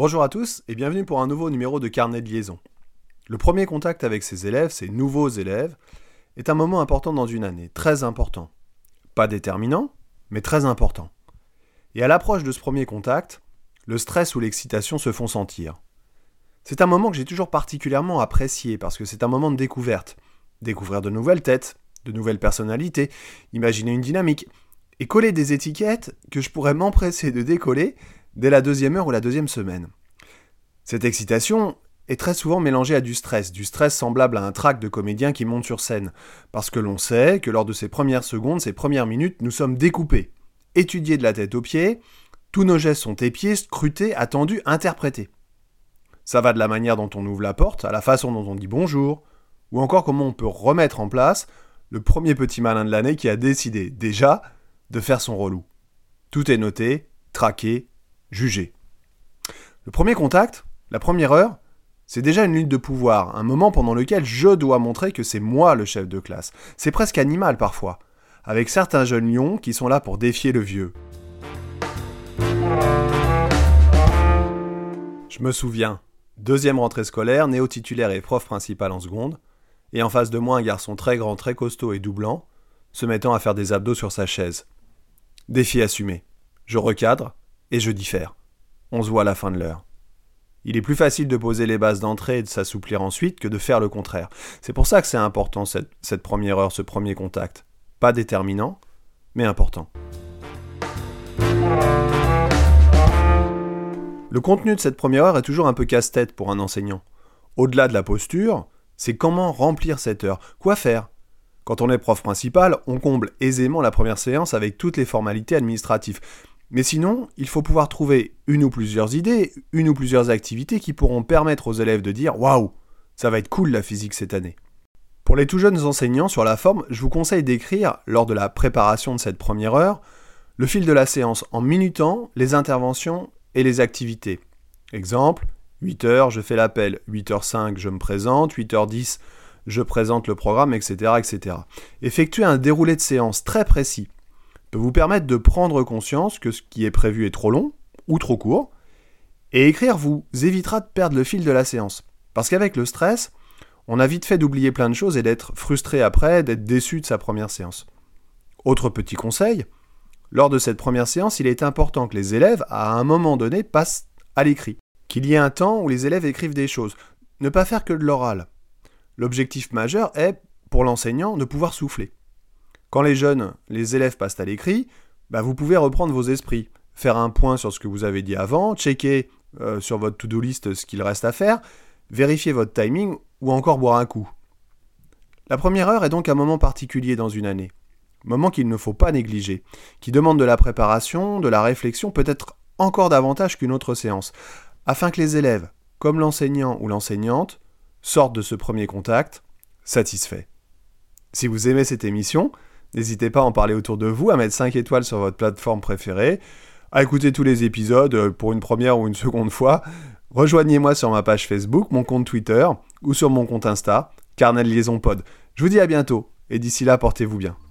Bonjour à tous et bienvenue pour un nouveau numéro de Carnet de liaison. Le premier contact avec ses élèves, ses nouveaux élèves, est un moment important dans une année, très important. Pas déterminant, mais très important. Et à l'approche de ce premier contact, le stress ou l'excitation se font sentir. C'est un moment que j'ai toujours particulièrement apprécié parce que c'est un moment de découverte. Découvrir de nouvelles têtes, de nouvelles personnalités, imaginer une dynamique et coller des étiquettes que je pourrais m'empresser de décoller dès la deuxième heure ou la deuxième semaine. Cette excitation est très souvent mélangée à du stress semblable à un trac de comédien qui monte sur scène, parce que l'on sait que lors de ces premières secondes, ces premières minutes, nous sommes découpés, étudiés de la tête aux pieds, tous nos gestes sont épiés, scrutés, attendus, interprétés. Ça va de la manière dont on ouvre la porte, à la façon dont on dit bonjour, ou encore comment on peut remettre en place le premier petit malin de l'année qui a décidé, déjà, de faire son relou. Tout est noté, traqué, jugé. Le premier contact, la première heure, c'est déjà une lutte de pouvoir, un moment pendant lequel je dois montrer que c'est moi le chef de classe. C'est presque animal parfois, avec certains jeunes lions qui sont là pour défier le vieux. Je me souviens, deuxième rentrée scolaire, néo-titulaire et prof principal en seconde, et en face de moi un garçon très grand, très costaud et doublant, se mettant à faire des abdos sur sa chaise. Défi assumé. Je recadre et je diffère. On se voit à la fin de l'heure. Il est plus facile de poser les bases d'entrée et de s'assouplir ensuite que de faire le contraire. C'est pour ça que c'est important cette première heure, ce premier contact. Pas déterminant, mais important. Le contenu de cette première heure est toujours un peu casse-tête pour un enseignant. Au-delà de la posture, c'est comment remplir cette heure. Quoi faire ? Quand on est prof principal, on comble aisément la première séance avec toutes les formalités administratives. Mais sinon, il faut pouvoir trouver une ou plusieurs idées, une ou plusieurs activités qui pourront permettre aux élèves de dire « Waouh, ça va être cool la physique cette année ». Pour les tout jeunes enseignants sur la forme, je vous conseille d'écrire, lors de la préparation de cette première heure, le fil de la séance en minutant les interventions et les activités. Exemple, 8h, je fais l'appel, 8h05, je me présente, 8h10, je présente le programme, etc., etc. Effectuer un déroulé de séance très précis peut vous permettre de prendre conscience que ce qui est prévu est trop long ou trop court, et écrire vous évitera de perdre le fil de la séance. Parce qu'avec le stress, on a vite fait d'oublier plein de choses et d'être frustré après, d'être déçu de sa première séance. Autre petit conseil, lors de cette première séance, il est important que les élèves, à un moment donné, passent à l'écrit. Qu'il y ait un temps où les élèves écrivent des choses. Ne pas faire que de l'oral. L'objectif majeur est, pour l'enseignant, de pouvoir souffler. Quand les élèves passent à l'écrit, vous pouvez reprendre vos esprits, faire un point sur ce que vous avez dit avant, checker sur votre to-do list ce qu'il reste à faire, vérifier votre timing ou encore boire un coup. La première heure est donc un moment particulier dans une année, moment qu'il ne faut pas négliger, qui demande de la préparation, de la réflexion, peut-être encore davantage qu'une autre séance, afin que les élèves, comme l'enseignant ou l'enseignante, sortent de ce premier contact satisfaits. Si vous aimez cette émission, n'hésitez pas à en parler autour de vous, à mettre 5 étoiles sur votre plateforme préférée, à écouter tous les épisodes pour une première ou une seconde fois. Rejoignez-moi sur ma page Facebook, mon compte Twitter ou sur mon compte Insta, Carnet de liaison pod. Je vous dis à bientôt et d'ici là, portez-vous bien.